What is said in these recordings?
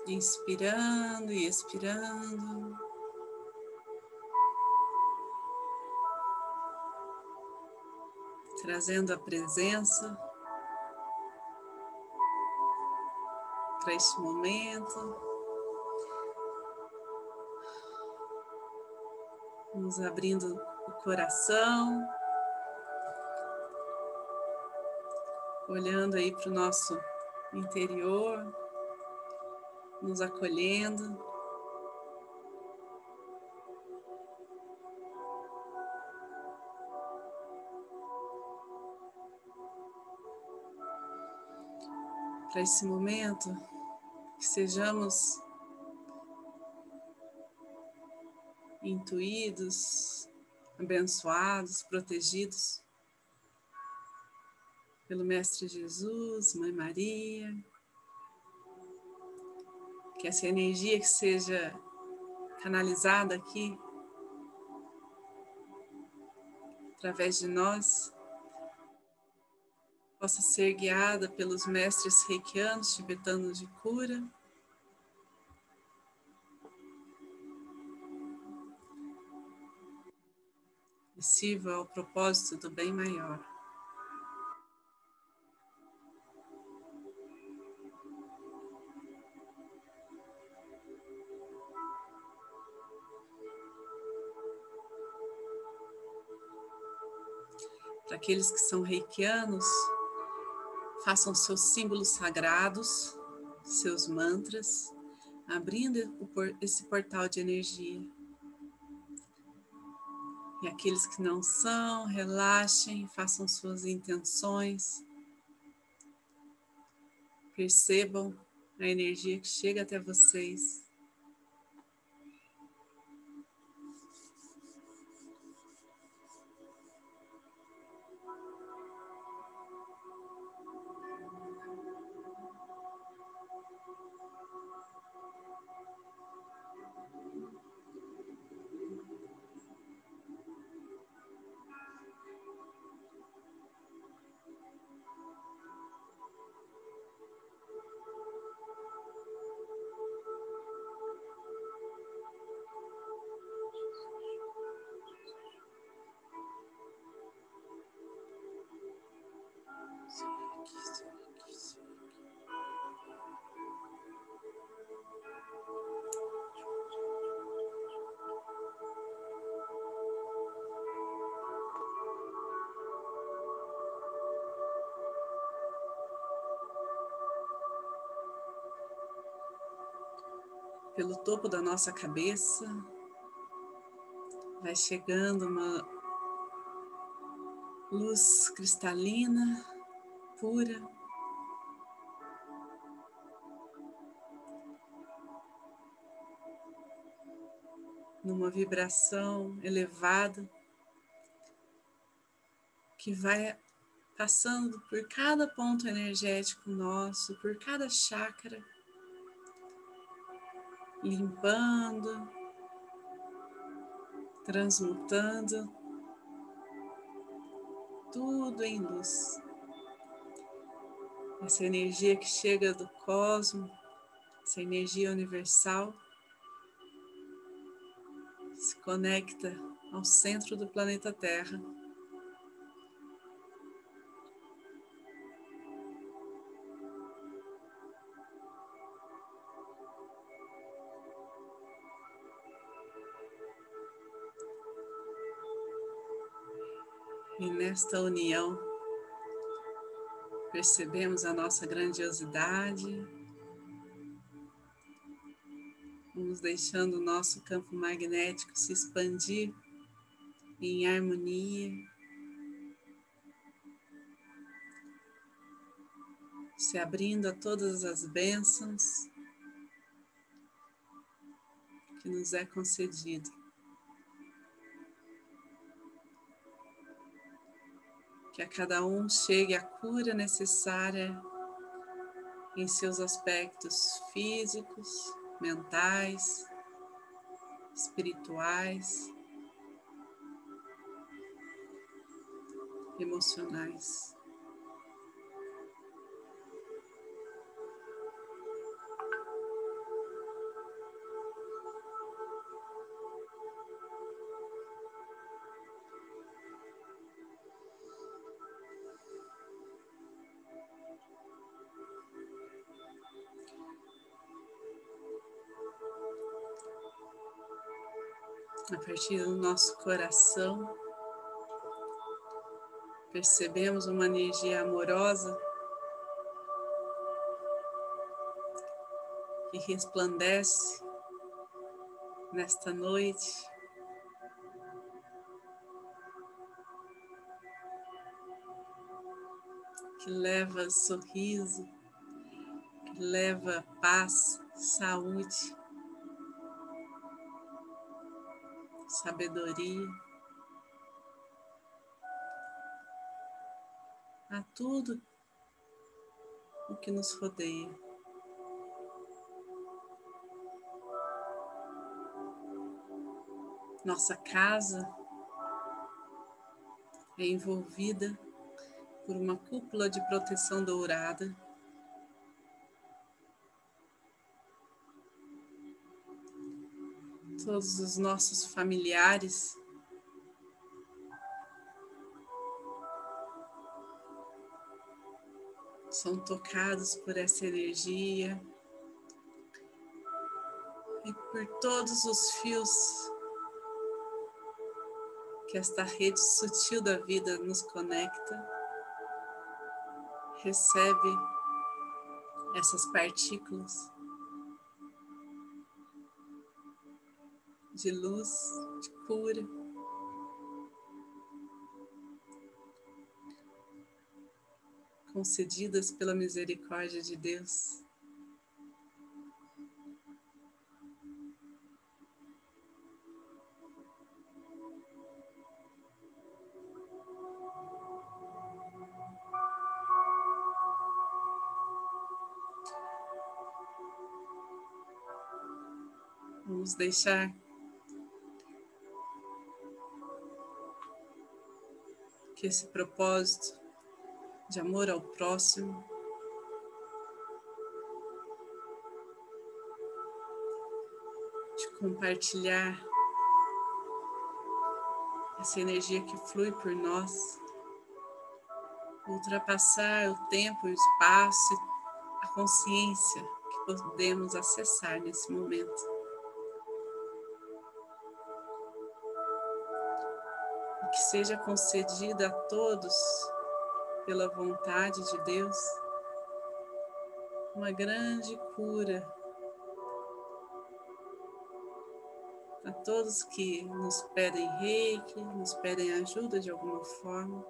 inspirando e expirando. Trazendo a presença para este momento. Vamos abrindo o coração. Olhando aí para o nosso interior. Nos acolhendo. Para esse momento, que sejamos intuídos, abençoados, protegidos pelo Mestre Jesus, Mãe Maria. Que essa energia que seja canalizada aqui através de nós possa ser guiada pelos mestres reikianos, tibetanos de cura. E sirva ao propósito do bem maior. Para aqueles que são reikianos, façam seus símbolos sagrados, seus mantras, abrindo esse portal de energia. E aqueles que não são, relaxem, façam suas intenções. Percebam a energia que chega até vocês. Pelo topo da nossa cabeça, vai chegando uma luz cristalina, pura. Numa vibração elevada, que vai passando por cada ponto energético nosso, por cada chakra, limpando, transmutando tudo em luz. Essa energia que chega do cosmos, essa energia universal, se conecta ao centro do planeta Terra. E nesta união, percebemos a nossa grandiosidade, vamos deixando o nosso campo magnético se expandir em harmonia, se abrindo a todas as bênçãos que nos é concedido. Que a cada um chegue a cura necessária em seus aspectos físicos, mentais, espirituais, emocionais. A partir do nosso coração, percebemos uma energia amorosa que resplandece nesta noite, que leva sorriso, que leva paz, saúde, sabedoria a tudo o que nos rodeia. Nossa casa é envolvida por uma cúpula de proteção dourada. Todos os nossos familiares são tocados por essa energia e por todos os fios que esta rede sutil da vida nos conecta, recebe essas partículas de luz, de cura, concedidas pela misericórdia de Deus. Vamos deixar que esse propósito de amor ao próximo de compartilhar essa energia que flui por nós, ultrapassar o tempo, o espaço e a consciência que podemos acessar nesse momento. E que seja concedida a todos, pela vontade de Deus, uma grande cura a todos que nos pedem reiki, nos pedem ajuda de alguma forma.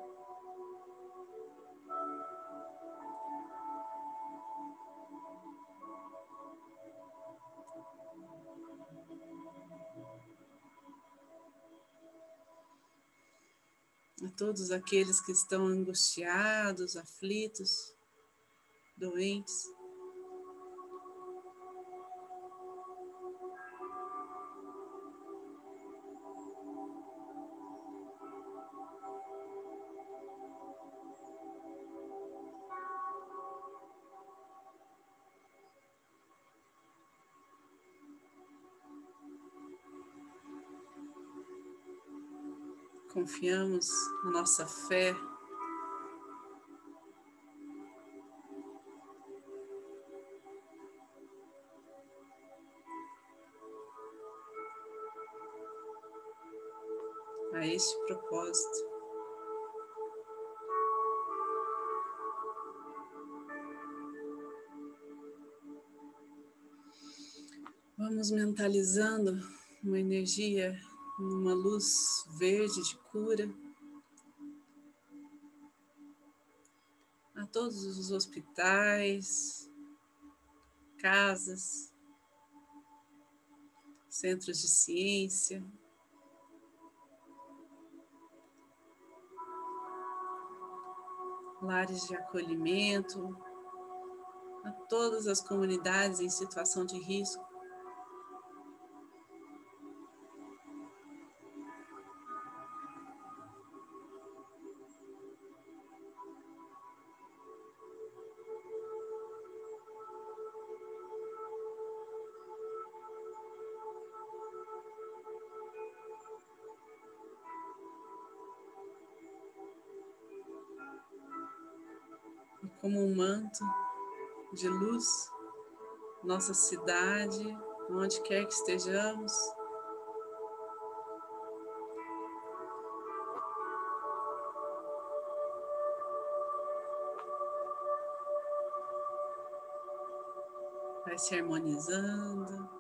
A todos aqueles que estão angustiados, aflitos, doentes. Confiamos na nossa fé, a este propósito. Vamos mentalizando uma energia, uma luz verde de cura a todos os hospitais, casas, centros de ciência, lares de acolhimento, a todas as comunidades em situação de risco. E como um manto de luz, nossa cidade, onde quer que estejamos, vai se harmonizando.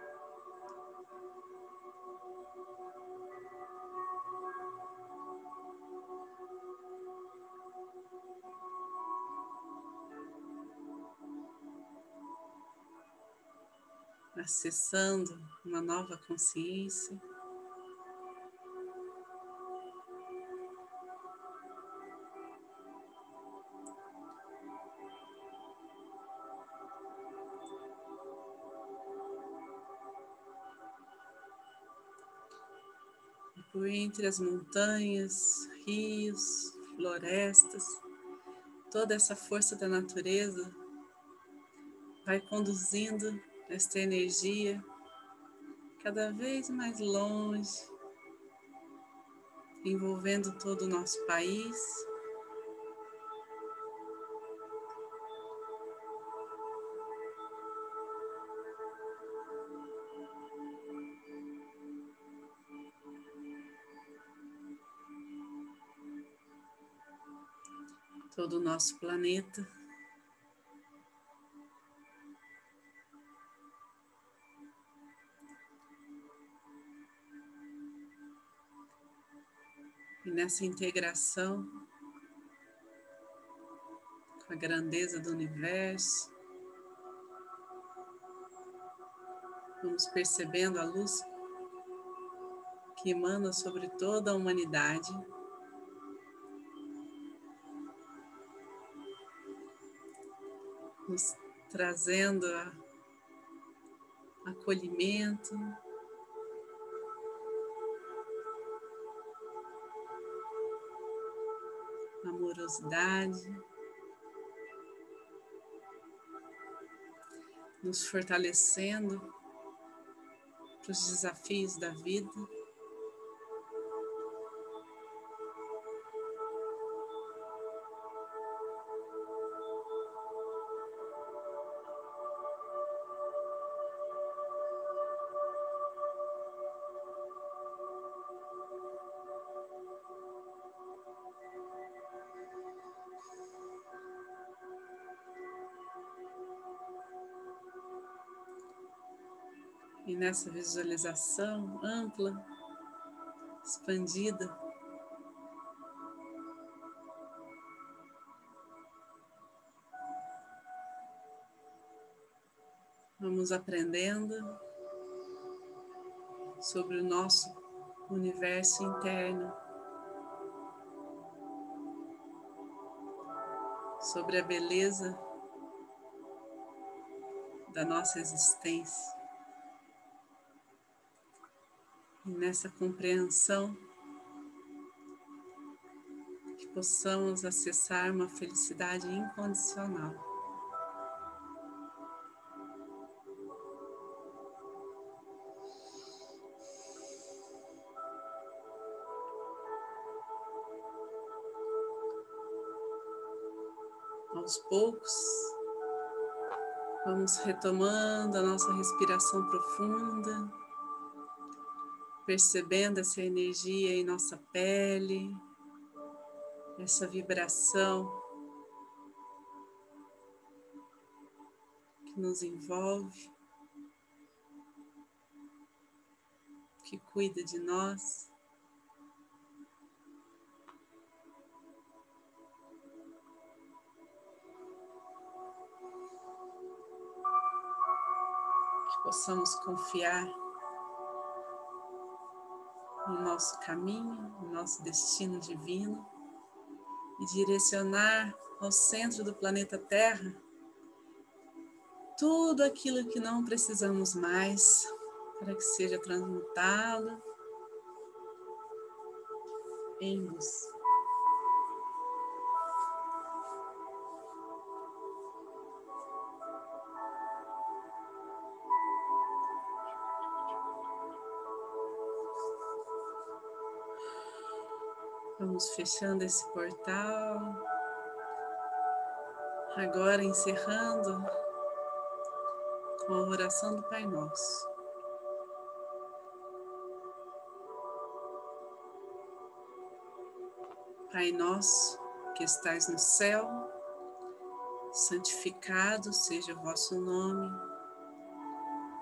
Acessando uma nova consciência. E por entre as montanhas, rios, florestas, toda essa força da natureza vai conduzindo esta energia cada vez mais longe, envolvendo todo o nosso país, todo o nosso planeta. E nessa integração com a grandeza do universo, vamos percebendo a luz que emana sobre toda a humanidade, nos trazendo acolhimento, amorosidade, nos fortalecendo para os desafios da vida. E nessa visualização ampla, expandida, vamos aprendendo sobre o nosso universo interno, sobre a beleza da nossa existência. E nessa compreensão, que possamos acessar uma felicidade incondicional. Aos poucos, vamos retomando a nossa respiração profunda, percebendo essa energia em nossa pele, essa vibração que nos envolve, que cuida de nós. Que possamos confiar no nosso caminho, no nosso destino divino e direcionar ao centro do planeta Terra tudo aquilo que não precisamos mais para que seja transmutado em luz. Vamos fechando esse portal, agora encerrando com a oração do Pai Nosso. Pai nosso, que estais no céu, santificado seja o vosso nome,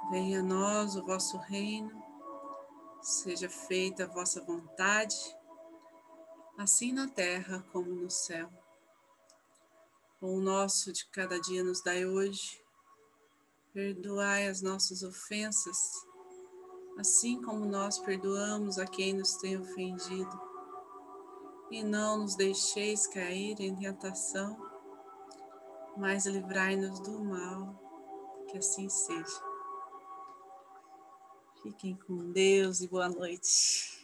Venha a nós o vosso reino, seja feita a vossa vontade, assim na terra como no céu. O pão nosso de cada dia nos dai hoje, perdoai as nossas ofensas, assim como nós perdoamos a quem nos tem ofendido. E não nos deixeis cair em tentação, mas livrai-nos do mal, que assim seja. Fiquem com Deus e boa noite.